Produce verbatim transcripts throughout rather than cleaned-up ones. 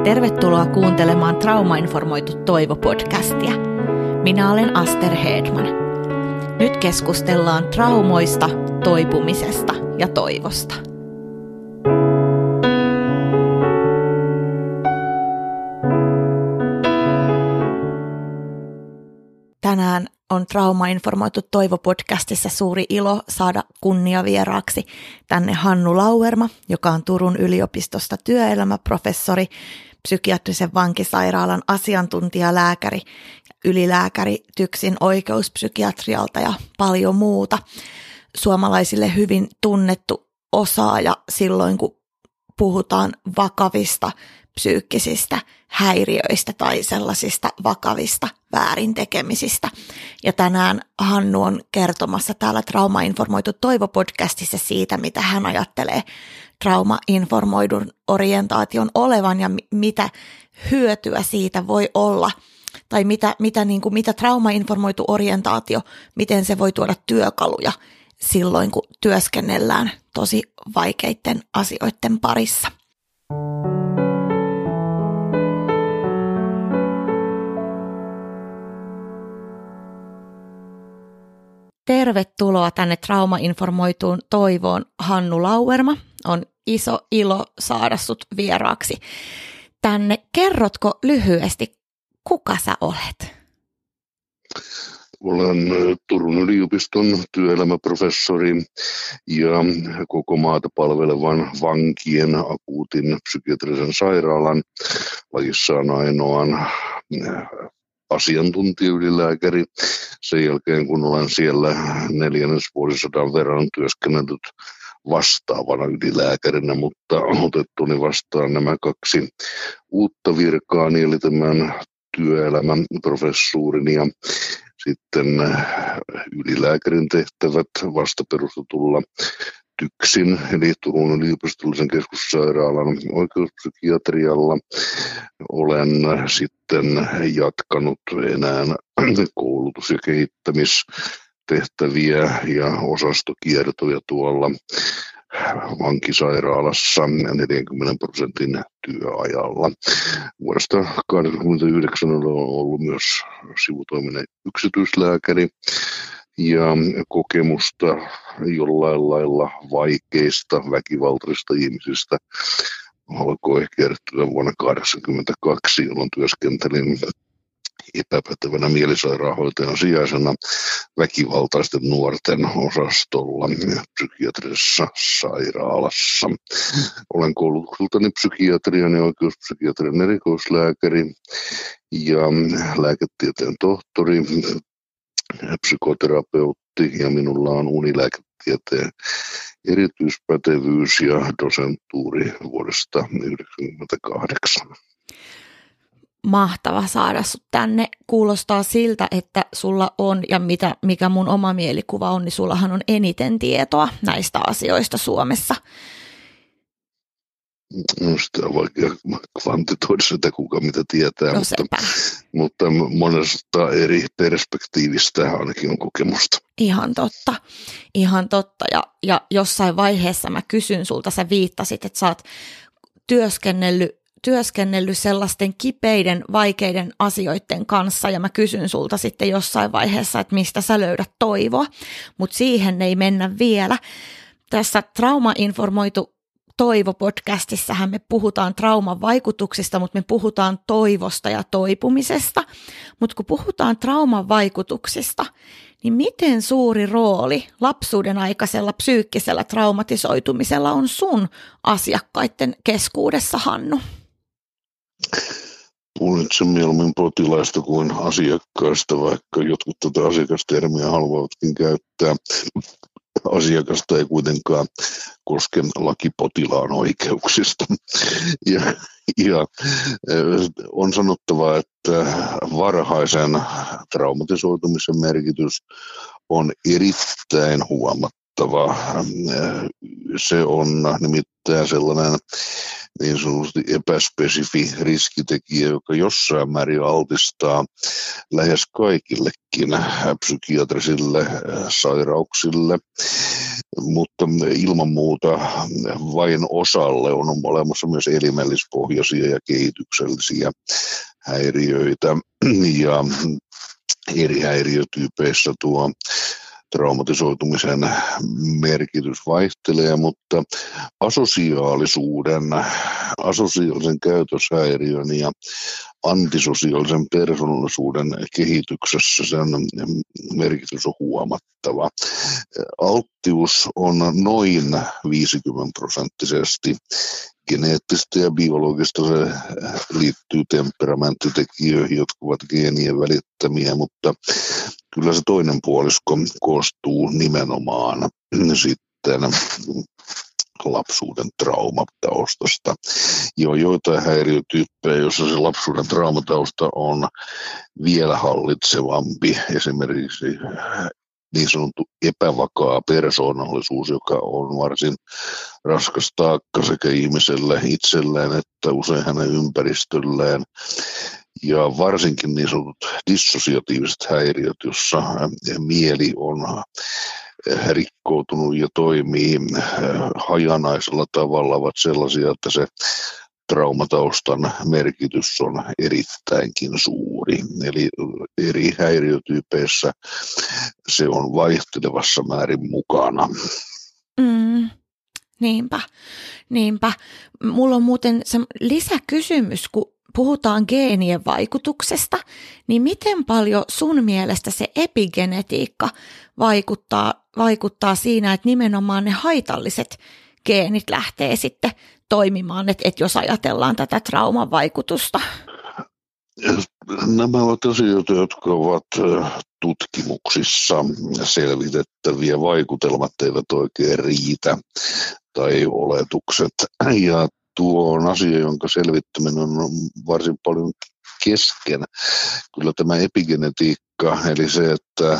Tervetuloa kuuntelemaan Traumainformoitu Toivo-podcastia. Minä olen Aster Hedman. Nyt keskustellaan traumoista, toipumisesta ja toivosta. Tänään on Traumainformoitu Toivo-podcastissa suuri ilo saada kunniavieraaksi tänne Hannu Lauerma, joka on Turun yliopistosta työelämäprofessori, psykiatrisen vankisairaalan asiantuntijalääkäri, ylilääkäri TYKSin oikeuspsykiatrialta ja paljon muuta. Suomalaisille hyvin tunnettu osaaja silloin, kun puhutaan vakavista psyykkisistä häiriöistä tai sellaisista vakavista väärintekemisistä. Ja tänään Hannu on kertomassa täällä Traumainformoitu Toivo-podcastissa siitä, mitä hän ajattelee traumainformoidun orientaation olevan ja mitä hyötyä siitä voi olla. Tai mitä, mitä, niin kuin, mitä traumainformoitu orientaatio, miten se voi tuoda työkaluja silloin, kun työskennellään tosi vaikeiden asioiden parissa. Tervetuloa tänne Traumainformoituun Toivoon, Hannu Lauerma. On iso ilo saada sut vieraaksi tänne. Kerrotko lyhyesti, kuka sä olet? Olen Turun yliopiston työelämäprofessori ja koko maata palvelevan vankien akuutin psykiatrisen sairaalan lajissaan ainoan asiantuntijaylilääkäri. Sen jälkeen, kun olen siellä neljännesvuosisadan verran työskennellyt vastaavana ylilääkärinä, mutta otettuni vastaan nämä kaksi uutta virkaani, eli tämän työelämän professuurin ja sitten ylilääkärin tehtävät vasta perustetulla TYKSin, eli Turun yliopistollisen keskussairaalan oikeuspsykiatrialla. Olen sitten jatkanut enää koulutus- ja kehittämistehtäviä ja osastokiertoja tuolla vankisairaalassa neljänkymmenen prosentin työajalla. Vuodesta tuhatyhdeksänsataakahdeksankymmentäyhdeksän olen ollut myös sivutoiminen yksityislääkäri ja kokemusta jollain lailla vaikeista, väkivaltaisista ihmisistä alkoi kertyä vuonna tuhatyhdeksänsataakahdeksankymmentäkaksi, jolloin työskentelin epäpätevänä mielisairaanhoitajan sijaisena väkivaltaisten nuorten osastolla psykiatrisessa sairaalassa. Olen koulutukseltani psykiatrian ja oikeuspsykiatrian erikoislääkäri ja lääketieteen tohtori, psykoterapeutti ja minulla on unilääketieteen erityispätevyys ja dosentuuri vuodesta tuhatyhdeksänsataayhdeksänkymmentäkahdeksan. Mahtava saada sut tänne. Kuulostaa siltä, että sulla on, ja mitä, mikä mun oma mielikuva on, niin sullahan on eniten tietoa näistä asioista Suomessa. No sitä on vaikea kvantitoida sitä, kuka mitä tietää, no, mutta, mutta monesta eri perspektiivistä ainakin on kokemusta. Ihan totta, ihan totta. Ja, ja jossain vaiheessa mä kysyn sulta, sä viittasit, että sä oot työskennellyt työskennellyt sellaisten kipeiden, vaikeiden asioiden kanssa ja mä kysyn sulta sitten jossain vaiheessa, että mistä sä löydät toivoa, mutta siihen ei mennä vielä. Tässä Traumainformoitu Toivo-podcastissahan me puhutaan trauman vaikutuksista, mutta me puhutaan toivosta ja toipumisesta, mutta kun puhutaan trauman vaikutuksista, niin miten suuri rooli lapsuuden aikaisella psyykkisellä traumatisoitumisella on sun asiakkaiden keskuudessa, Hannu? Puhun itse mieluummin potilaista kuin asiakkaista, vaikka jotkut tätä asiakastermiä haluavatkin käyttää. Asiakasta ei kuitenkaan koske laki potilaan oikeuksista. Ja, ja on sanottava, että varhaisen traumatisoitumisen merkitys on erittäin huomattava. Se on nimittäin sellainen niin sanotusti epäspesifi riskitekijä, joka jossain määrin altistaa lähes kaikillekin psykiatrisille sairauksille. mutta ilman muuta vain osalle on olemassa myös elimellispohjaisia ja kehityksellisiä häiriöitä, ja eri häiriötyypeissä tuo traumatisoitumisen merkitys vaihtelee, mutta asosiaalisuuden, asosiaalisen käytöshäiriön ja antisosiaalisen persoonallisuuden kehityksessä sen merkitys on huomattava. Alttius on noin viisikymmentä prosenttisesti geneettistä ja biologista, se liittyy temperamenttetekijöihin, jotka ovat geenien välittämiä, mutta kyllä se toinen puolisko koostuu nimenomaan sitten lapsuuden traumataustasta. Jo joitain häiriötyyppejä, joissa se lapsuuden traumatausta on vielä hallitsevampi, esimerkiksi niin sanottu epävakaa persoonallisuus, joka on varsin raskas taakka sekä ihmiselle itselleen että usein hänen ympäristölleen. Ja varsinkin niin sanotut dissosiatiiviset häiriöt, jossa mieli on rikkoutunut ja toimii hajanaisella tavalla, ovat sellaisia, että se traumataustan merkitys on erittäinkin suuri. Eli eri häiriötyypeissä se on vaihtelevassa määrin mukana. Mm, niinpä, niinpä. Mulla on muuten se lisäkysymys, kun puhutaan geenien vaikutuksesta, niin miten paljon sun mielestä se epigenetiikka vaikuttaa, vaikuttaa siinä, että nimenomaan ne haitalliset geenit lähtee sitten toimimaan, että, että jos ajatellaan tätä trauman vaikutusta? Nämä ovat asioita, jotka ovat tutkimuksissa selvitettäviä. Vaikutelmat eivät oikein riitä tai oletukset. Ja tuo on asia, jonka selvittäminen on varsin paljon kesken. Kyllä tämä epigenetiikka, eli se, että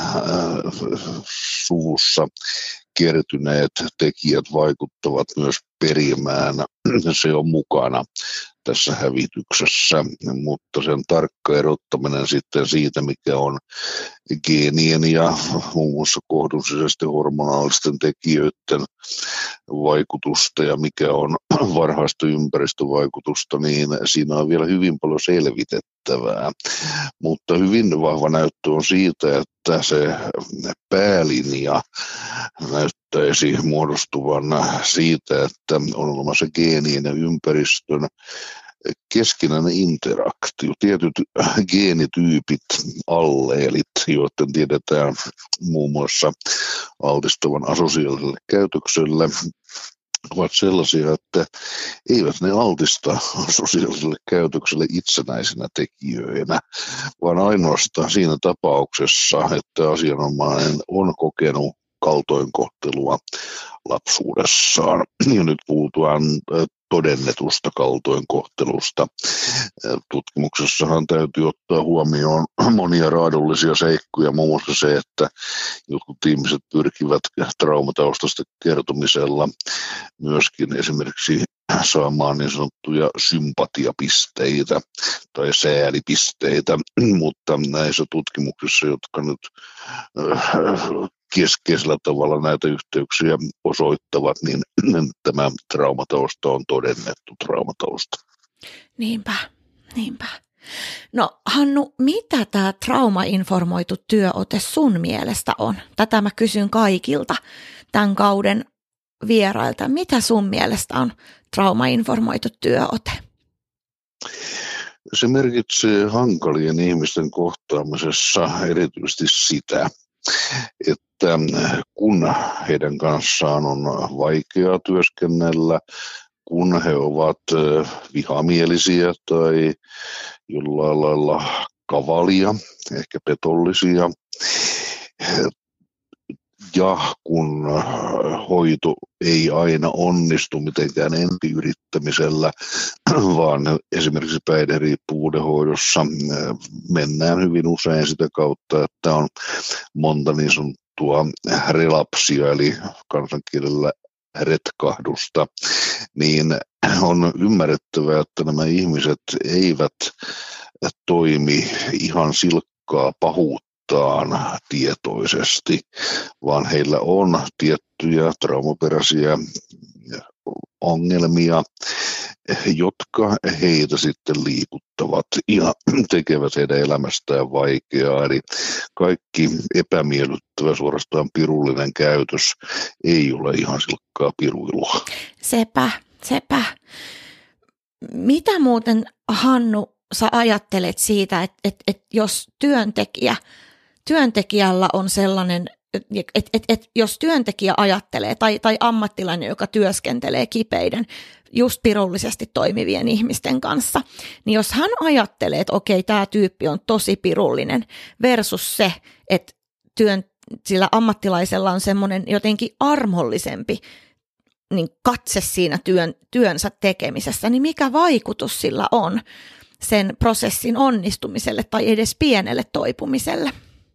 suvussa kertyneet tekijät vaikuttavat myös perimään, se on mukana tässä hävityksessä, mutta sen tarkka erottaminen sitten siitä, mikä on geenien ja muun muassa kohdun sisäisten hormonaalisten tekijöiden vaikutusta ja mikä on varhaista ympäristövaikutusta, niin siinä on vielä hyvin paljon selvitettävää. Mutta hyvin vahva näyttö on siitä, että se päälinja näyttäisi muodostuvan siitä, että on olemassa geenien ja ympäristön keskinäinen interaktio. Tietyt geenityypit, alleelit, joiden tiedetään muun muassa altistavan asosiaaliselle käytökselle, ovat sellaisia, että eivät ne altista sosiaaliselle käytökselle itsenäisenä tekijöinä, vaan ainoastaan siinä tapauksessa, että asianomainen on kokenut kaltoinkohtelua lapsuudessaan. Ja nyt puhutaan todennetusta kaltoinkohtelusta. Tutkimuksessahan täytyy ottaa huomioon monia raadollisia seikkoja, muun muassa se, että jotkut ihmiset pyrkivät traumataustasta kertomisella myöskin esimerkiksi saamaan niin sanottuja sympatiapisteitä tai säälipisteitä, mutta näissä tutkimuksissa, jotka nyt keskeisellä tavalla näitä yhteyksiä osoittavat, niin tämä traumatausta on todennettu traumatausta. Niinpä, niinpä. No Hannu, mitä tämä traumainformoitu työote sun mielestä on? Tätä mä kysyn kaikilta tämän kauden vierailta. Mitä sun mielestä on traumainformoitu työote? Se merkitsee hankalien ihmisten kohtaamisessa erityisesti sitä, että kun heidän kanssaan on vaikeaa työskennellä, kun he ovat vihamielisiä tai jollain lailla kavalia, ehkä petollisia, ja kun hoito ei aina onnistu mitenkään ensiyrittämisellä, vaan esimerkiksi päihderiippuvuuden hoidossa mennään hyvin usein sitä kautta, että on monta niin sanottua relapsia, eli kansankielellä retkahdusta, niin on ymmärrettävää, että nämä ihmiset eivät toimi ihan silkkaa pahuutta toimitaan tietoisesti, vaan heillä on tiettyjä traumaperäisiä ongelmia, jotka heitä sitten liikuttavat ja tekevät heidän elämästään vaikeaa. Eli kaikki epämiellyttävä, suorastaan pirullinen käytös ei ole ihan silkkaa piruilua. Sepä, sepä. Mitä muuten, Hannu, sä ajattelet siitä, että, että, että jos työntekijä, työntekijällä on sellainen, että, että, että jos työntekijä ajattelee tai, tai ammattilainen, joka työskentelee kipeiden, just pirullisesti toimivien ihmisten kanssa, niin jos hän ajattelee, että okei, tämä tyyppi on tosi pirullinen versus se, että työn, sillä ammattilaisella on semmoinen jotenkin armollisempi niin katse siinä työn, työnsä tekemisessä, niin mikä vaikutus sillä on sen prosessin onnistumiselle tai edes pienelle toipumiselle?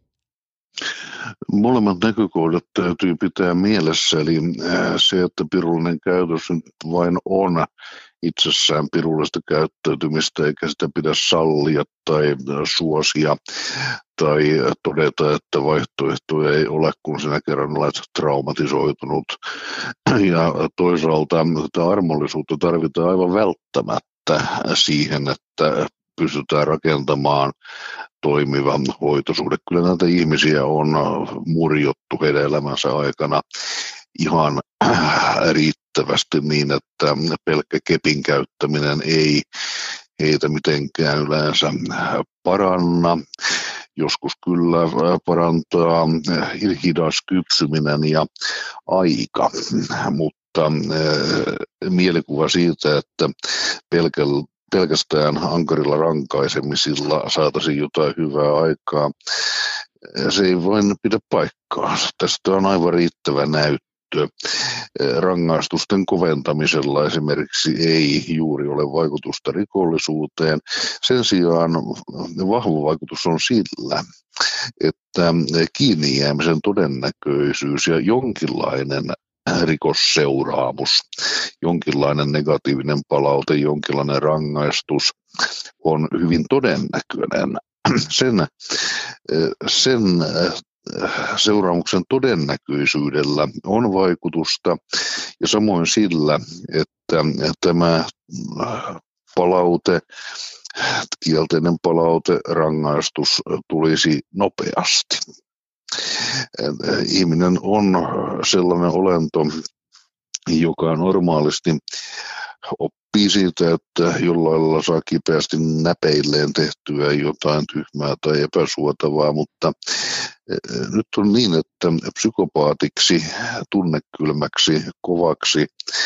Molemmat näkökohdat täytyy pitää mielessä, eli se, että pirullinen käytös vain on itsessään pirullista käyttäytymistä, eikä sitä pidä sallia tai suosia tai todeta, että vaihtoehtoja ei ole, kun sinä kerran olet traumatisoitunut. Ja toisaalta tätä armollisuutta tarvitaan aivan välttämättä siihen, että pystytään rakentamaan toimiva hoitosuhde. Kyllä näitä ihmisiä on murjottu heidän elämänsä aikana ihan riittävästi niin, että pelkkä kepin käyttäminen ei heitä mitenkään yleensä paranna. Joskus kyllä parantaa hidas kypsyminen ja aika, mutta mielikuva siitä, että pelkällä pelkästään ankarilla rankaisemisilla saataisiin jotain hyvää aikaa. Se ei vain pidä paikkaansa. Tästä on aivan riittävä näyttö. Rangaistusten koventamisella esimerkiksi ei juuri ole vaikutusta rikollisuuteen. Sen sijaan vahva vaikutus on sillä, että kiinni jäämisen todennäköisyys ja jonkinlainen rikosseuraamus, jonkinlainen negatiivinen palaute, jonkinlainen rangaistus on hyvin todennäköinen. Sen, sen seuraamuksen todennäköisyydellä on vaikutusta ja samoin sillä, että tämä palaute, kielteinen palaute, rangaistus tulisi nopeasti. Ihminen on sellainen olento, joka normaalisti oppii siitä, että jollain lailla saa kipeästi näpeilleen tehtyä jotain tyhmää tai epäsuotavaa, mutta nyt on niin, että psykopaatiksi, tunnekylmäksi, kovaksi,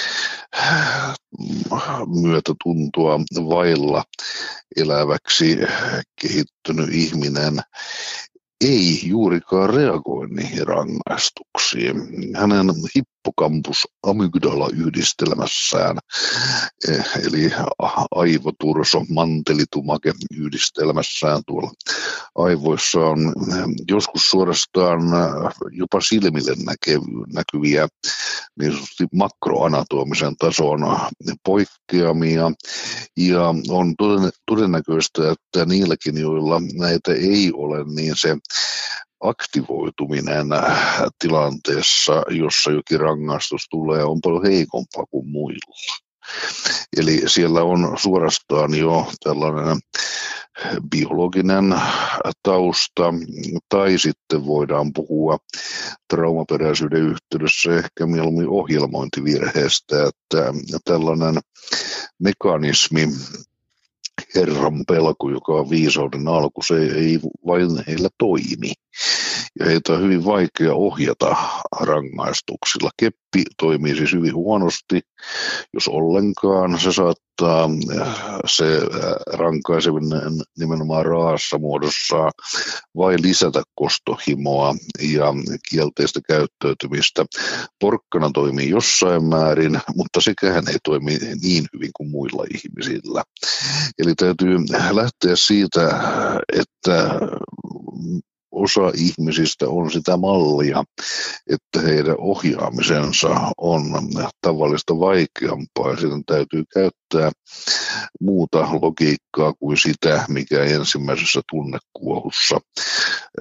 myötätuntoa vailla eläväksi kehittynyt ihminen ei juurikaan reagoi niihin rangaistuksiin. Hänen hippocampus amygdala-yhdistelmässään, eli aivoturso mantelitumake yhdistelmässään tuolla aivoissa on joskus suorastaan jopa silmille näkyviä niin sanotusti makroanatomisen tason poikkeamia, ja on todennäköistä, että niilläkin, joilla näitä ei ole, niin se aktivoituminen tilanteessa, jossa jokin rangaistus tulee, on paljon heikompaa kuin muilla. Eli siellä on suorastaan jo tällainen biologinen tausta, tai sitten voidaan puhua traumaperäisyyden yhteydessä ehkä mieluummin ohjelmointivirheestä, että tällainen mekanismi, herran pelko, joka on viisauden alku, se ei vain heillä toimi. Ja heitä on hyvin vaikea ohjata rangaistuksilla. Keppi toimii siis hyvin huonosti, jos ollenkaan. Se saattaa se rankaiseminen nimenomaan raassa muodossa vai lisätä kostohimoa ja kielteistä käyttäytymistä. Porkkana toimii jossain määrin, mutta sekään ei toimi niin hyvin kuin muilla ihmisillä. Eli täytyy lähteä siitä, että osa ihmisistä on sitä mallia, että heidän ohjaamisensa on tavallista vaikeampaa ja sitten täytyy käyttää muuta logiikkaa kuin sitä, mikä ensimmäisessä tunnekuohussa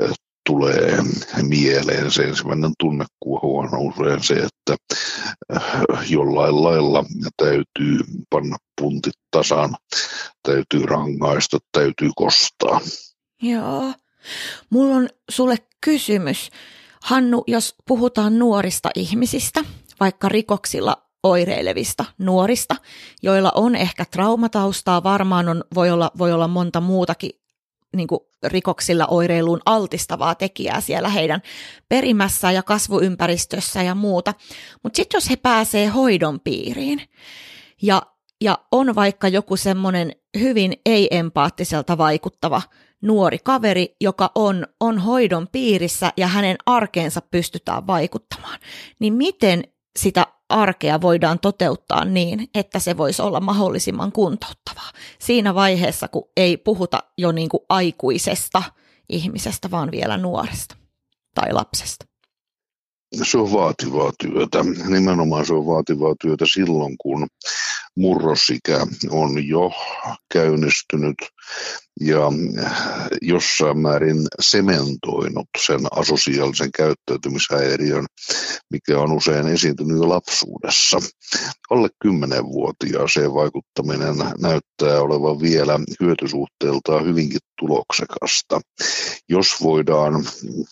tulee mieleen. Se ensimmäinen tunnekuohu on usein se, että jollain lailla täytyy panna puntit tasan, täytyy rangaista, täytyy kostaa. Joo. Mulla on sulle kysymys. Hannu, jos puhutaan nuorista ihmisistä, vaikka rikoksilla oireilevista nuorista, joilla on ehkä traumataustaa, varmaan on, voi, olla, voi olla monta muutakin niin kuin rikoksilla oireiluun altistavaa tekijää siellä heidän perimässä ja kasvuympäristössä ja muuta. Mutta sitten jos he pääsee hoidon piiriin ja, ja on vaikka joku semmoinen hyvin ei-empaattiselta vaikuttava nuori kaveri, joka on, on hoidon piirissä ja hänen arkeensa pystytään vaikuttamaan, niin miten sitä arkea voidaan toteuttaa niin, että se voisi olla mahdollisimman kuntouttavaa siinä vaiheessa, kun ei puhuta jo niin kuin aikuisesta ihmisestä, vaan vielä nuoresta tai lapsesta? Se on vaativaa työtä. Nimenomaan se on vaativaa työtä silloin, kun murrosikä on jo käynnistynyt ja jossain määrin sementoinut sen asosiaalisen käyttäytymishäiriön, mikä on usein esiintynyt jo lapsuudessa. Alle kymmenvuotiaaseen vaikuttaminen näyttää olevan vielä hyötysuhteeltaan hyvinkin tuloksekasta. Jos voidaan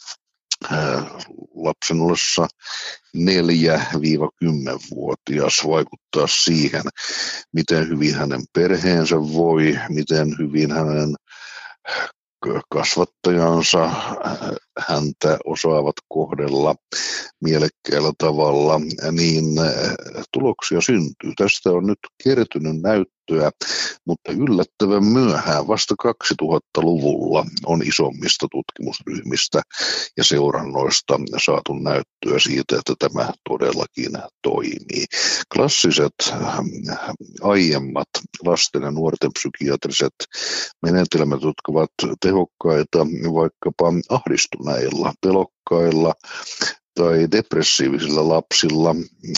lapsen ollessa neljä-kymmenvuotias vaikuttaa siihen, miten hyvin hänen perheensä voi, miten hyvin hänen kasvattajansa häntä osaavat kohdella mielekkäällä tavalla, niin tuloksia syntyy. Tästä on nyt kertynyt näyttöä, mutta yllättävän myöhään, vasta kaksituhattaluvulla on isommista tutkimusryhmistä ja seurannoista saatu näyttöä siitä, että tämä todellakin toimii. Klassiset aiemmat lasten ja nuorten psykiatriset menetelmät, jotka ovat tehokkaita vaikkapa ahdistuneilla, pelokkailla tai depressiivisilla lapsilla,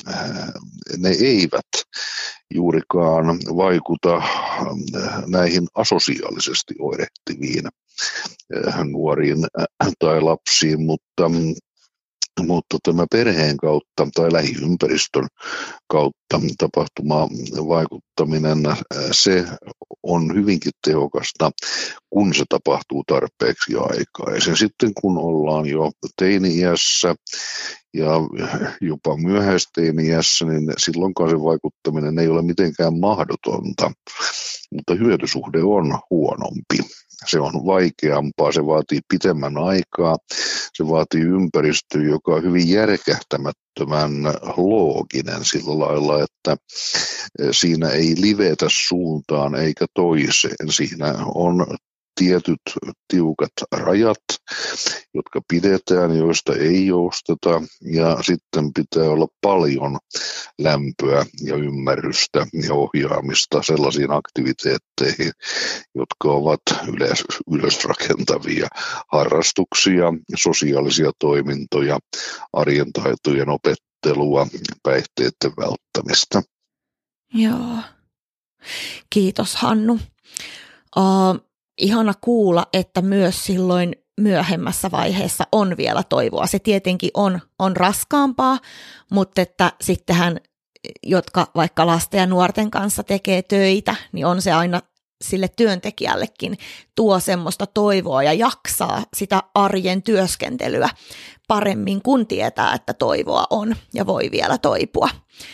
ne eivät juurikaan vaikuta näihin asosiaalisesti oirehtiviin nuoriin tai lapsiin, mutta Mutta tämä perheen kautta tai lähiympäristön kautta tapahtuma vaikuttaminen, se on hyvinkin tehokasta, kun se tapahtuu tarpeeksi aikaisin. Sitten kun ollaan jo teini-iässä ja jopa myöhäisteini-iässä, niin silloinkaan se vaikuttaminen ei ole mitenkään mahdotonta, mutta hyötysuhde on huonompi. Se on vaikeampaa, se vaatii pitemmän aikaa, se vaatii ympäristöä, joka on hyvin järkähtämättömän looginen sillä lailla, että siinä ei livetä suuntaan eikä toiseen. Siinä on tietyt tiukat rajat, jotka pidetään, joista ei jousteta, ja sitten pitää olla paljon lämpöä ja ymmärrystä ja ohjaamista sellaisiin aktiviteetteihin, jotka ovat ylös, ylösrakentavia harrastuksia, sosiaalisia toimintoja, arjen taitojen opettelua, päihteiden välttämistä. Joo. Kiitos, Hannu. Uh... Ihana kuulla, että myös silloin myöhemmässä vaiheessa on vielä toivoa. Se tietenkin on, on raskaampaa, mutta että sittenhän, jotka vaikka lasten ja nuorten kanssa tekee töitä, niin on se aina sille työntekijällekin tuo semmoista toivoa ja jaksaa sitä arjen työskentelyä paremmin, kun tietää, että toivoa on ja voi vielä toipua.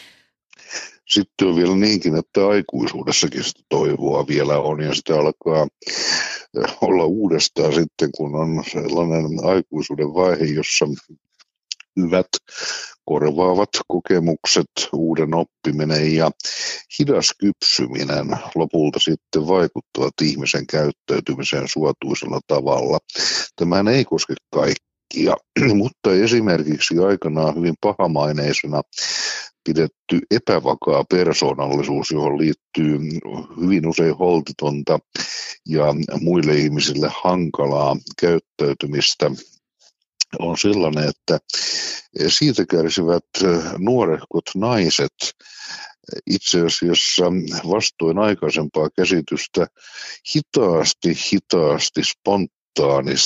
Sitten on vielä niinkin, että aikuisuudessakin sitä toivoa vielä on ja sitä alkaa olla uudestaan sitten, kun on sellainen aikuisuuden vaihe, jossa hyvät korvaavat kokemukset, uuden oppiminen ja hidas kypsyminen lopulta sitten vaikuttavat ihmisen käyttäytymiseen suotuisella tavalla. Tämä ei koske kaikkia, mutta esimerkiksi aikanaan hyvin pahamaineisena pidetty epävakaa persoonallisuus, johon liittyy hyvin usein holtitonta ja muille ihmisille hankalaa käyttäytymistä, on sellainen, että siitä kärsivät nuorehkot naiset itse asiassa vastoin aikaisempaa käsitystä hitaasti, hitaasti, spontaanisti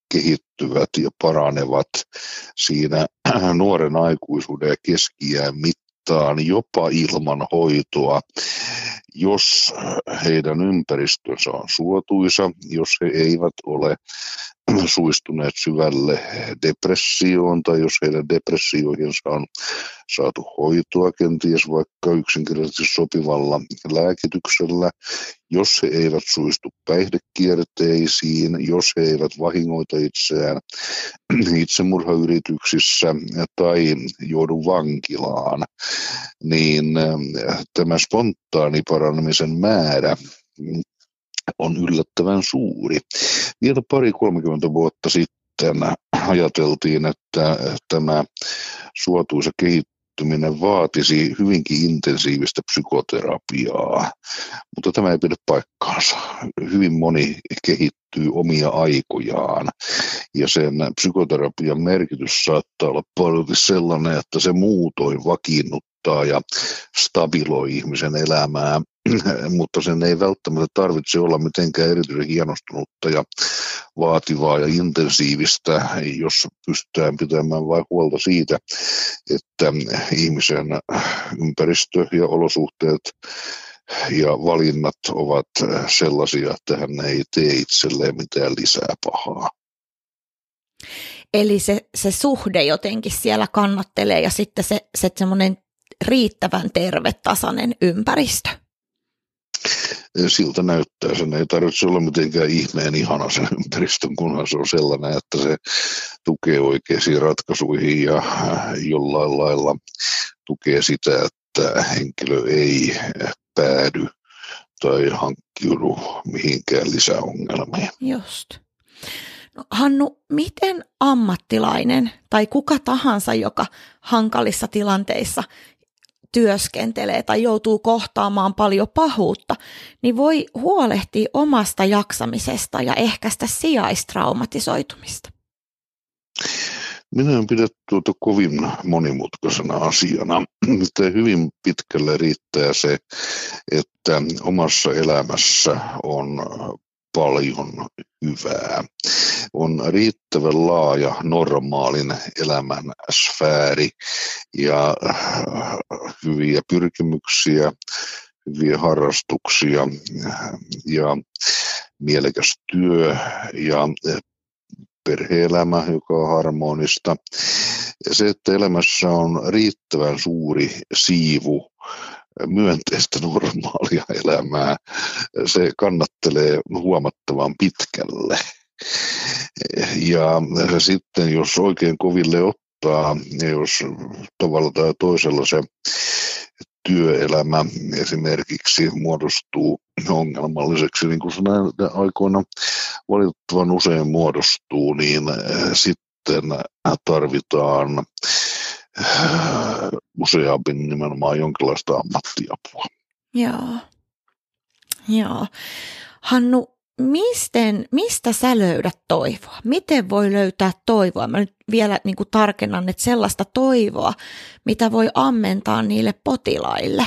kehittyvät ja paranevat siinä nuoren aikuisuuden ja keski-iän mittaan jopa ilman hoitoa, jos heidän ympäristönsä on suotuisa, jos he eivät ole suistuneet syvälle depressioon tai jos heidän depressioihinsa on saatu hoitoa kenties vaikka yksinkertaisesti sopivalla lääkityksellä, jos he eivät suistu päihdekierteisiin, jos he eivät vahingoita itseään itsemurhayrityksissä tai joudu vankilaan, niin tämä spontaani paranemisen määrä on yllättävän suuri. Vielä pari-kolmekymmentä vuotta sitten ajateltiin, että tämä suotuisa kehittyminen vaatisi hyvinkin intensiivistä psykoterapiaa, mutta tämä ei pidä paikkaansa. Hyvin moni kehittyy omia aikojaan ja sen psykoterapian merkitys saattaa olla paljon sellainen, että se muutoin vakiinnuttaa ja stabiloi ihmisen elämää, mutta sen ei välttämättä tarvitse olla mitenkään erityisen hienostunutta ja vaativaa ja intensiivistä, jos pystytään pitämään vain huolta siitä, että ihmisen ympäristö ja olosuhteet ja valinnat ovat sellaisia, että hän ei tee itselleen mitään lisää pahaa. Eli se, se suhde jotenkin siellä kannattelee ja sitten se, se semmoinen riittävän terve, tasainen ympäristö. Siltä näyttää. Sen ei tarvitse olla mitenkään ihmeen ihana sen ympäristön, kunhan se on sellainen, että se tukee oikeisiin ratkaisuihin ja jollain lailla tukee sitä, että henkilö ei päädy tai hankkiudu mihinkään lisäongelmiin. Just. No, Hannu, miten ammattilainen tai kuka tahansa, joka hankalissa tilanteissa työskentelee tai joutuu kohtaamaan paljon pahuutta, niin voi huolehtia omasta jaksamisesta ja ehkäistä sijaistraumatisoitumista? Minä en pidä tuota kovin monimutkaisena asiana. Mutta hyvin pitkälle riittää se, että omassa elämässä on paljon hyvää. On riittävän laaja normaalin elämän sfääri ja hyviä pyrkimyksiä, hyviä harrastuksia ja mielekäs työ ja perhe-elämä, joka on harmonista. Ja se, että elämässä on riittävän suuri siivu myönteistä normaalia elämää, se kannattelee huomattavan pitkälle. Ja sitten jos oikein koville ottaa, ja jos tavalla tai toisella se työelämä esimerkiksi muodostuu ongelmalliseksi, niin kuin se näinä aikoina valitettavan usein muodostuu, niin sitten tarvitaan useammin nimenomaan jonkinlaista ammattiapua. Joo. Joo. Hannu, misten, mistä sä löydät toivoa? Miten voi löytää toivoa? Mä nyt vielä niin kuin tarkennan, että sellaista toivoa, mitä voi ammentaa niille potilaille.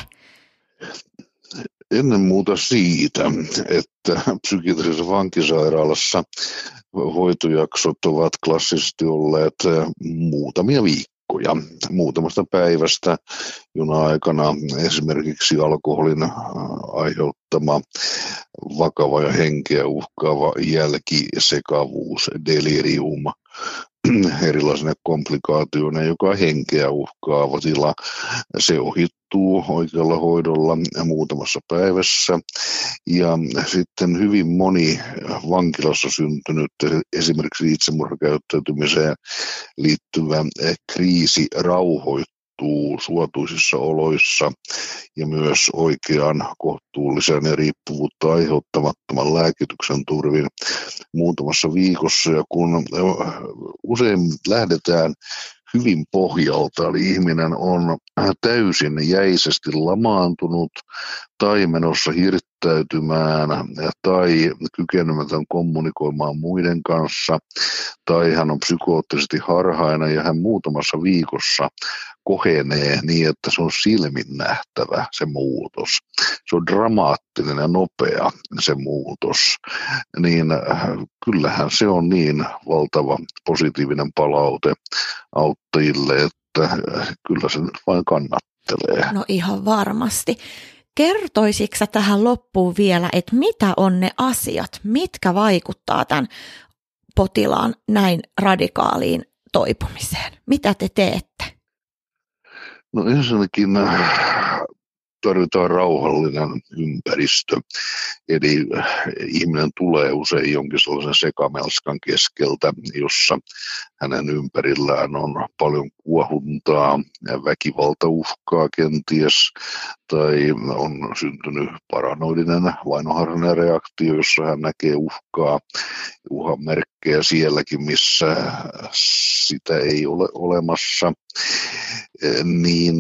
Ennen muuta siitä, että psykiatrisessa vankisairaalassa hoitojaksot ovat klassisesti olleet muutamia viikkoja. Muutamasta päivästä, jona aikana esimerkiksi alkoholin aiheuttama vakava ja henkeä uhkaava jälkisekavuus, delirium, erilaisine komplikaatioina, joka henkeä uhkaava tila, se ohittuu oikealla hoidolla muutamassa päivässä. Ja sitten hyvin moni vankilassa syntynyt esimerkiksi itsemurhakäyttäytymiseen liittyvä kriisi rauhoittuu suotuisissa oloissa ja myös oikean, kohtuullisen ja riippuvuutta aiheuttamattoman lääkityksen turvin muutamassa viikossa. Ja kun usein lähdetään hyvin pohjalta, eli ihminen on täysin jäisesti lamaantunut tai menossa hirttiin pidättäytymään tai kykenemätön kommunikoimaan muiden kanssa, tai hän on psykoottisesti harhainen ja hän muutamassa viikossa kohenee niin, että se on silmin nähtävä se muutos. Se on dramaattinen ja nopea se muutos, niin kyllähän se on niin valtava positiivinen palaute auttajille, että kyllä se nyt vain kannattelee. No ihan varmasti. Kertoisitko sä tähän loppuun vielä, että mitä on ne asiat, mitkä vaikuttaa tämän potilaan näin radikaaliin toipumiseen? Mitä te teette? No ensinnäkin tarvitaan rauhallinen ympäristö. Eli ihminen tulee usein jonkin sellaisen sekamelskan keskeltä, jossa hänen ympärillään on paljon kuohuntaa, väkivalta uhkaa kenties, tai on syntynyt paranoidinen vainoharhainen reaktio, jossa hän näkee uhkaa, uhan merkkejä sielläkin, missä sitä ei ole olemassa, niin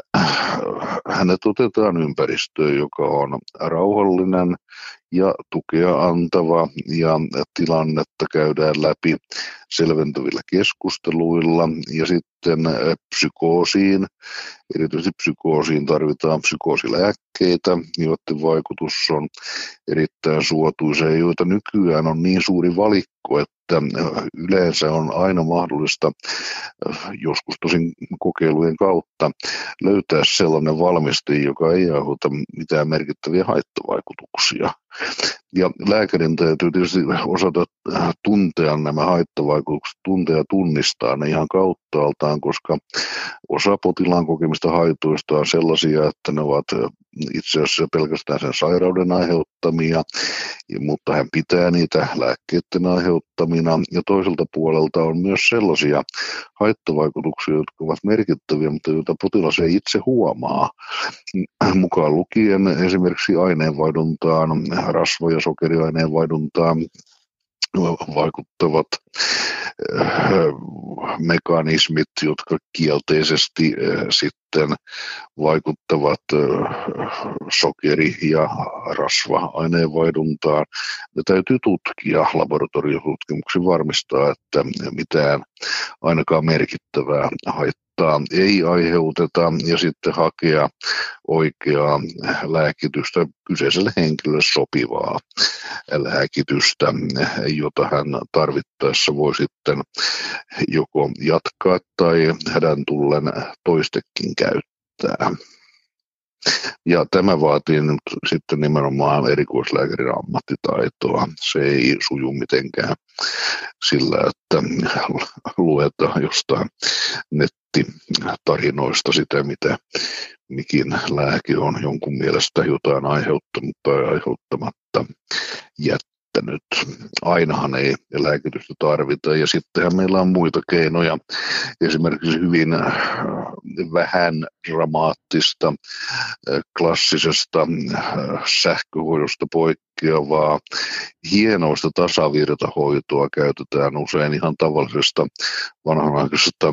hänet otetaan ympäristöön, joka on rauhallinen ja tukea antava, ja tilannetta käydään läpi selventävillä keskusteluilla, ja sitten psykoosiin, erityisesti psykoosiin tarvitaan psykoosilääkkeitä, joiden vaikutus on erittäin suotuisa, ja joita nykyään on niin suuri valikko, että yleensä on aina mahdollista, joskus tosin kokeilujen kautta, löytää sellainen valmiste, joka ei aiheuta mitään merkittäviä haittavaikutuksia. Ja lääkärin täytyy tietysti osata tuntea nämä haittavaikutukset, tuntea ja tunnistaa ne ihan kauttaaltaan, koska osa potilaan kokemista haitoista on sellaisia, että ne ovat itse asiassa pelkästään sen sairauden aiheuttamia, mutta hän pitää niitä lääkkeiden aiheuttamina. Ja toiselta puolelta on myös sellaisia haittavaikutuksia, jotka ovat merkittäviä, mutta joita potilas ei itse huomaa. Mukaan lukien esimerkiksi aineenvaihduntaan, rasva- ja sokeriaineenvaihduntaan vaikuttavat mekanismit, jotka kielteisesti sitten vaikuttavat sokeri- ja rasva-aineenvaihduntaan. Ne täytyy tutkia laboratoriotutkimuksin varmistaa, että mitään ainakaan merkittävää haittaa ei aiheuteta, ja sitten hakea oikeaa lääkitystä, kyseiselle henkilölle sopivaa lääkitystä, jota hän tarvittaessa voi sitten joko jatkaa tai hädän tullen toistekin käyttää. Ja tämä vaatii nyt sitten nimenomaan erikoislääkärin ammattitaitoa. Se ei suju mitenkään sillä, että luetaan jostain nettitarinoista sitä, mitä mikin lääke on jonkun mielestä jotain aiheuttanut tai aiheuttamatta jättänyt. Ainahan ei lääkitystä tarvita, ja sittenhän meillä on muita keinoja, esimerkiksi hyvin vähän dramaattista klassisesta sähköhoidosta poikkeavaa hienoista tasavirtahoitoa käytetään usein ihan tavallisesta vanhanaikaisesta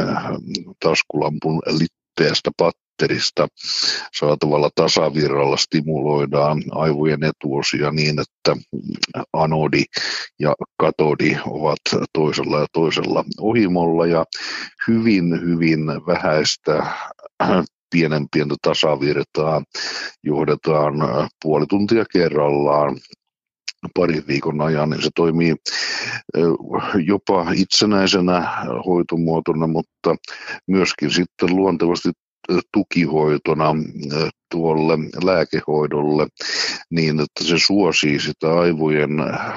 taskulampun litteästä patterista saatavalla tasavirralla stimuloidaan aivojen etuosia niin, että anodi ja katodi ovat toisella ja toisella ohimolla, ja hyvin, hyvin vähäistä pienen pientä tasavirtaa johdetaan puoli tuntia kerrallaan parin viikon ajan, niin se toimii jopa itsenäisenä hoitomuotona, mutta myöskin sitten luontevasti tukihoitona tuolle lääkehoidolle niin, että se suosii sitä aivojen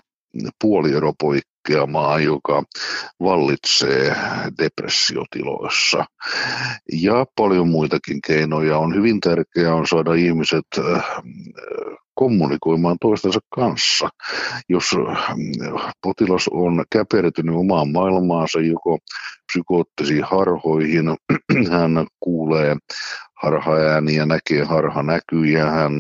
puolieropoikkeamaa, joka vallitsee depressiotiloissa. Ja paljon muitakin keinoja on. Hyvin tärkeää on saada ihmiset kommunikoimaan toistensa kanssa. Jos potilas on käpertynyt omaan maailmaansa joko psykoottisiin harhoihin, hän kuulee harhaääniä, näkee harhanäkyjä, hän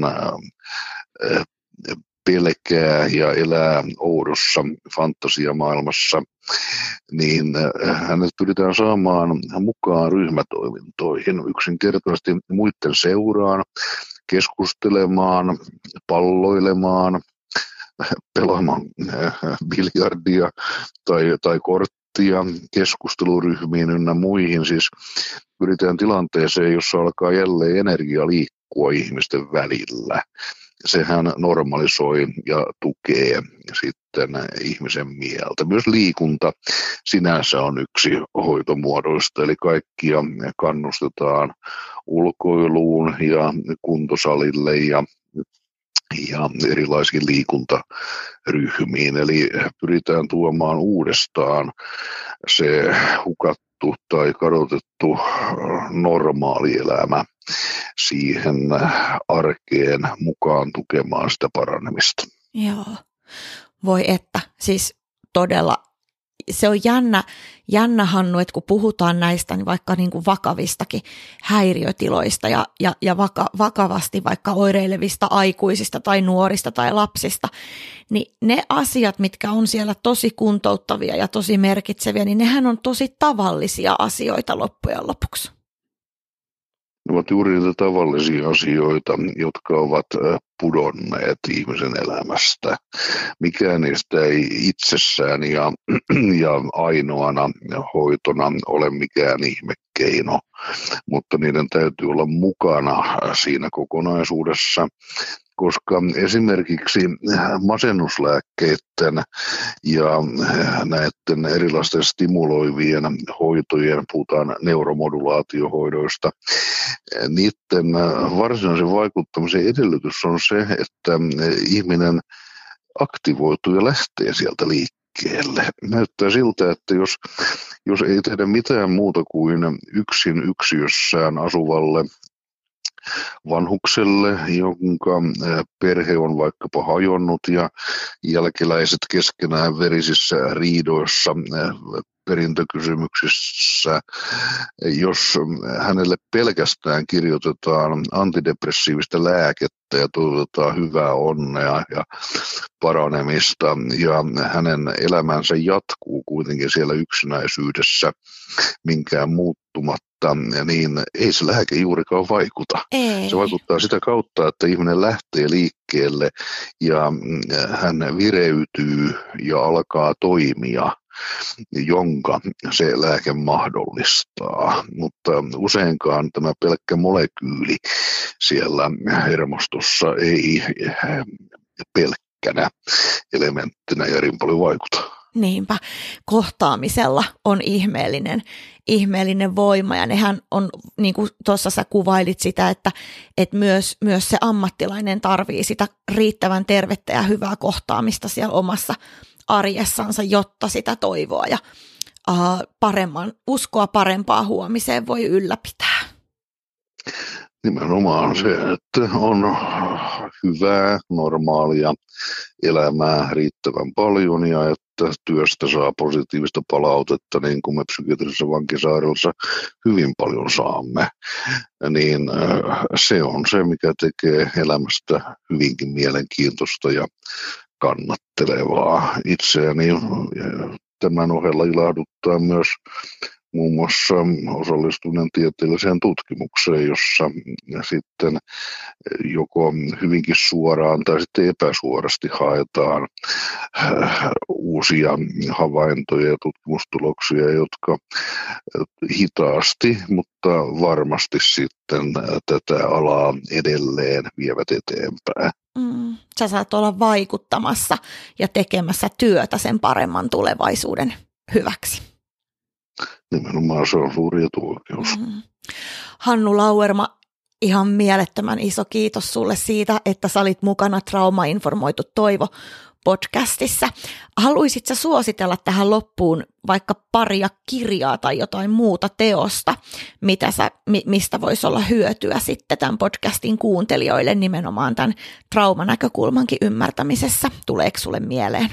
pelkää ja elää oudossa fantasiamaailmassa, niin hänet pyritään saamaan mukaan ryhmätoimintoihin yksinkertaisesti muiden seuraan, keskustelemaan, palloilemaan, pelaamaan biljardia tai, tai korttia keskusteluryhmiin ynnä muihin. Siis pyritään tilanteeseen, jossa alkaa jälleen energia liikkua ihmisten välillä. Sehän normalisoi ja tukee sitten ihmisen mieltä. Myös liikunta sinänsä on yksi hoitomuodoista, eli kaikkia kannustetaan ulkoiluun ja kuntosalille ja, ja erilaisiin liikuntaryhmiin. Eli pyritään tuomaan uudestaan se hukattu tai kadotettu normaali elämä siihen arkeen mukaan tukemaan sitä paranemista. Joo, voi että, siis todella se on jännä, jännä Hannu, että kun puhutaan näistä niin vaikka niin kuin vakavistakin häiriötiloista ja, ja, ja vaka, vakavasti vaikka oireilevista aikuisista tai nuorista tai lapsista, niin ne asiat, mitkä on siellä tosi kuntouttavia ja tosi merkitseviä, niin nehän on tosi tavallisia asioita loppujen lopuksi. Ne ovat juuri niitä tavallisia asioita, jotka ovat pudonneet ihmisen elämästä. Mikään niistä ei itsessään ja, ja ainoana hoitona ole mikään ihmekeino, mutta niiden täytyy olla mukana siinä kokonaisuudessa, koska esimerkiksi masennuslääkkeiden ja näiden erilaisten stimuloivien hoitojen, puhutaan neuromodulaatiohoidoista, niiden varsinaisen vaikuttamisen edellytys on se, että ihminen aktivoituu ja lähtee sieltä liikkeelle. Näyttää siltä, että jos, jos ei tehdä mitään muuta kuin yksin yksiössään asuvalle vanhukselle, jonka perhe on vaikkapa hajonnut ja jälkeläiset keskenään verisissä riidoissa, perintökysymyksissä, jos hänelle pelkästään kirjoitetaan antidepressiivistä lääkettä ja toivotetaan hyvää onnea ja paranemista ja hänen elämänsä jatkuu kuitenkin siellä yksinäisyydessä minkään muuttumatta, niin ei se lääke juurikaan vaikuta. Ei. Se vaikuttaa sitä kautta, että ihminen lähtee liikkeelle ja hän vireytyy ja alkaa toimia, jonka se lääke mahdollistaa. Mutta useinkaan tämä pelkkä molekyyli siellä hermostossa ei pelkkänä elementtinä järin paljon vaikuta. Niinpä, kohtaamisella on ihmeellinen, ihmeellinen voima ja nehän on, niin kuin tuossa sä kuvailit sitä, että, että myös, myös se ammattilainen tarvii sitä riittävän tervettä ja hyvää kohtaamista siellä omassa arjessansa, jotta sitä toivoa ja uh, paremman, uskoa parempaa huomiseen voi ylläpitää. Nimenomaan se, että on hyvää, normaalia elämää riittävän paljon ja että työstä saa positiivista palautetta, niin kuin me psykiatrisessa vankisairaalassa hyvin paljon saamme. Niin se on se, mikä tekee elämästä hyvinkin mielenkiintoista ja kannattelevaa. Itseäni tämän ohella ilahduttaa myös muun muassa osallistuneen tieteelliseen tutkimukseen, jossa sitten joko hyvinkin suoraan tai sitten epäsuorasti haetaan uusia havaintoja ja tutkimustuloksia, jotka hitaasti, mutta varmasti sitten tätä alaa edelleen vievät eteenpäin. Mm, sä saat olla vaikuttamassa ja tekemässä työtä sen paremman tulevaisuuden hyväksi. Nimenomaan se on suuri etuoikeus. Mm. Hannu Lauerma, ihan mielettömän iso kiitos sulle siitä, että sä olit mukana Trauma-informoitu Toivo podcastissa. Haluaisit sä suositella tähän loppuun vaikka paria kirjaa tai jotain muuta teosta, mitä sä, mistä voisi olla hyötyä sitten tämän podcastin kuuntelijoille nimenomaan tämän traumanäkökulmankin ymmärtämisessä? Tuleeko sulle mieleen?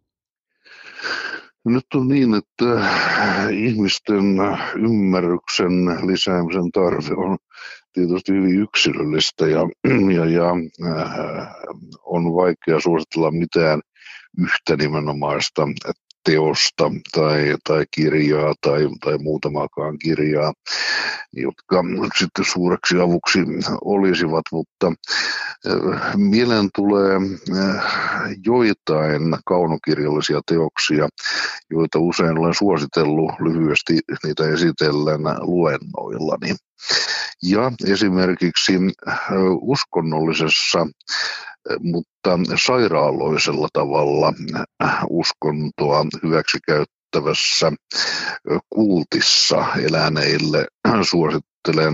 Nyt on niin, että ihmisten ymmärryksen lisäämisen tarve on tietysti hyvin yksilöllistä ja, ja, ja äh, on vaikea suositella mitään yhtä nimenomaista teosta tai, tai kirjaa tai, tai muutamaakaan kirjaa, jotka sitten suureksi avuksi olisivat, mutta mieleen tulee joitain kaunokirjallisia teoksia, joita usein olen suositellut lyhyesti, niitä esitellen luennoillani. Ja esimerkiksi uskonnollisessa, mutta sairaaloisella tavalla uskontoa hyväksikäyttävässä kultissa eläneille suosittelen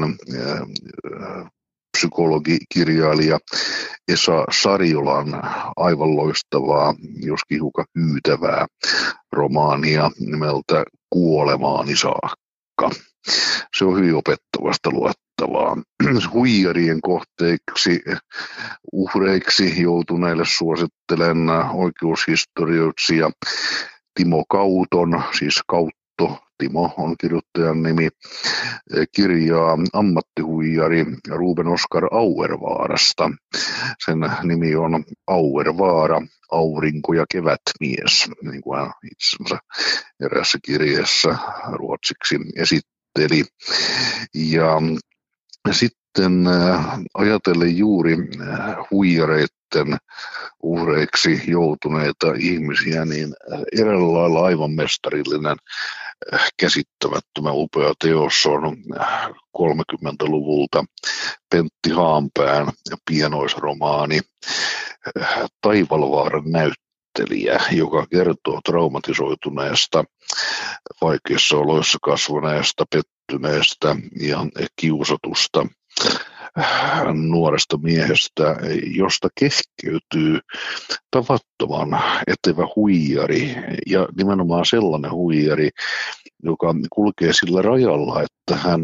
psykologikirjailija Esa Sariolan aivan loistavaa, joskin hiukan hyytävää romaania nimeltä Kuolemaani saakka. Se on hyvin opettavasta luettavaa. Huijarien kohteiksi, uhreiksi joutuneille suosittelen oikeushistorioitsija Timo Kauton, siis Kautto Timo on kirjoittajan nimi, kirjaa Ammattihuijari Ruben Oskar Auervaarasta. Sen nimi on Auervaara, aurinko- ja kevätmies, niin kuin hän itsensä erässä kirjeessä ruotsiksi esitteli. Ja sitten ajatellen juuri huijareiden uhreiksi joutuneita ihmisiä, niin eräällä lailla aivan mestarillinen, käsittämättömän upea teos on kolmekymmentäluvulta Pentti Haanpään pienoisromaani Taivalvaaran näyttelijä, joka kertoo traumatisoituneesta, vaikeissa oloissa kasvaneesta, pettyneestä ja kiusatusta nuoresta miehestä, josta keskeytyy tavattoman etevä huijari ja nimenomaan sellainen huijari, joka kulkee sillä rajalla, että hän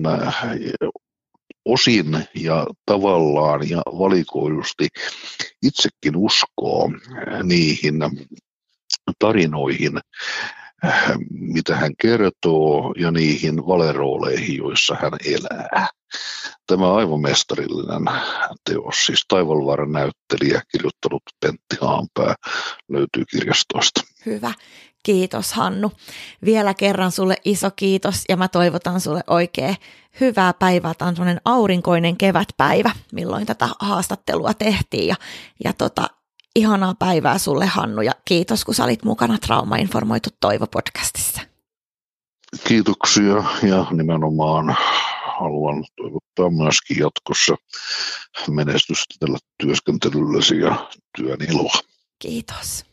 osin ja tavallaan ja valikoidusti itsekin uskoo niihin tarinoihin, mitä hän kertoo, ja niihin valerooleihin, joissa hän elää. Tämä on aivan mestarillinen teos, siis Taivalvaaran näyttelijä, kirjoittanut Pentti Haanpää, löytyy kirjastoista. Hyvä. Kiitos Hannu. Vielä kerran sulle iso kiitos ja mä toivotan sulle oikein hyvää päivää. Tämä on sellainen aurinkoinen kevätpäivä, milloin tätä haastattelua tehtiin ja, ja tota, ihanaa päivää sulle Hannu ja kiitos kun sä olit mukana Trauma-informoitu Toivo-podcastissa. Kiitoksia ja nimenomaan haluan toivottaa myöskin jatkossa menestystä tällä työskentelylläsi ja työn iloa. Kiitos.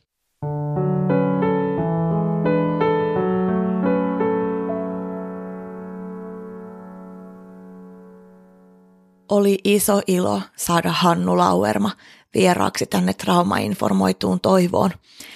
Oli iso ilo saada Hannu Lauerma vieraaksi tänne Trauma-informoituun Toivoon.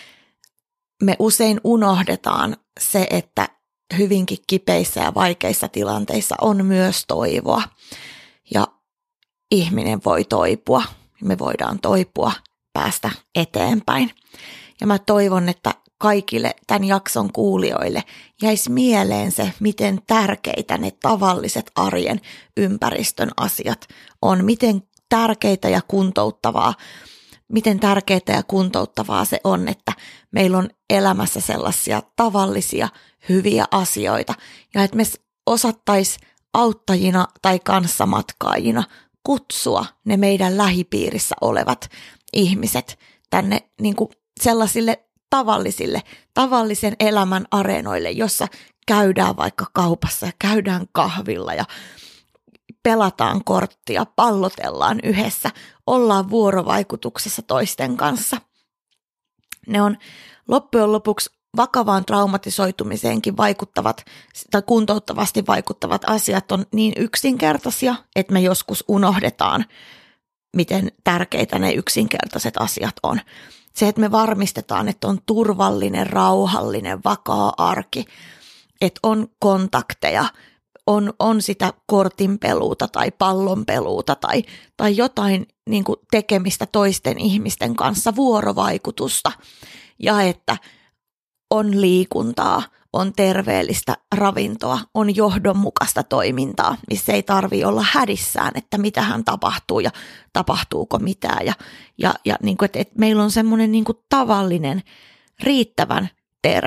Me usein unohdetaan se, että hyvinkin kipeissä ja vaikeissa tilanteissa on myös toivoa. Ja ihminen voi toipua, me voidaan toipua, päästä eteenpäin. Ja mä toivon, että kaikille tämän jakson kuulijoille jäisi mieleen se, miten tärkeitä ne tavalliset arjen ympäristön asiat on, miten tärkeitä ja kuntouttavaa, miten tärkeää ja kuntouttavaa se on, että meillä on elämässä sellaisia tavallisia hyviä asioita ja että me osattaisi auttajina tai kanssamatkaajina kutsua ne meidän lähipiirissä olevat ihmiset tänne niin kuin sellaisille tavallisille, tavallisen elämän areenoille, jossa käydään vaikka kaupassa ja käydään kahvilla ja pelataan korttia, pallotellaan yhdessä, ollaan vuorovaikutuksessa toisten kanssa. Ne on loppujen lopuksi vakavaan traumatisoitumiseenkin vaikuttavat tai kuntouttavasti vaikuttavat asiat on niin yksinkertaisia, että me joskus unohdetaan, miten tärkeitä ne yksinkertaiset asiat on. Se, että me varmistetaan, että on turvallinen, rauhallinen, vakaa arki, että on kontakteja, on, on sitä kortinpeluuta tai pallonpeluuta tai, tai jotain niin kuin tekemistä toisten ihmisten kanssa, vuorovaikutusta ja että on liikuntaa, on terveellistä ravintoa, on johdonmukaista toimintaa, missä ei tarvitse olla hädissään, että mitähän tapahtuu ja tapahtuuko mitään. Ja, ja, ja niin kuin, että, että meillä on semmoinen niin kuin tavallinen, riittävän terve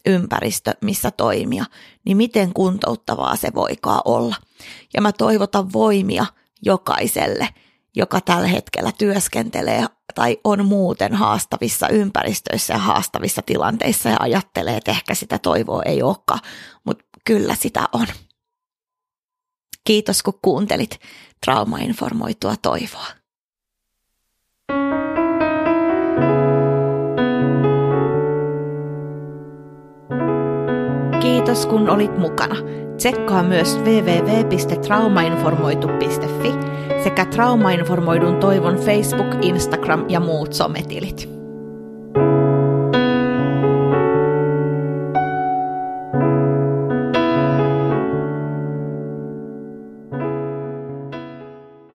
ympäristö, missä toimia, niin miten kuntouttavaa se voikaan olla. Ja mä toivotan voimia jokaiselle, joka tällä hetkellä työskentelee tai on muuten haastavissa ympäristöissä ja haastavissa tilanteissa ja ajattelee, että ehkä sitä toivoa ei olekaan, mutta kyllä sitä on. Kiitos, kun kuuntelit Traumainformoitua toivoa. Kiitos, kun olit mukana. Tsekkaa myös double-u double-u double-u piste traumainformoitu piste fi sekä Traumainformoidun toivon Facebook, Instagram ja muut sometilit.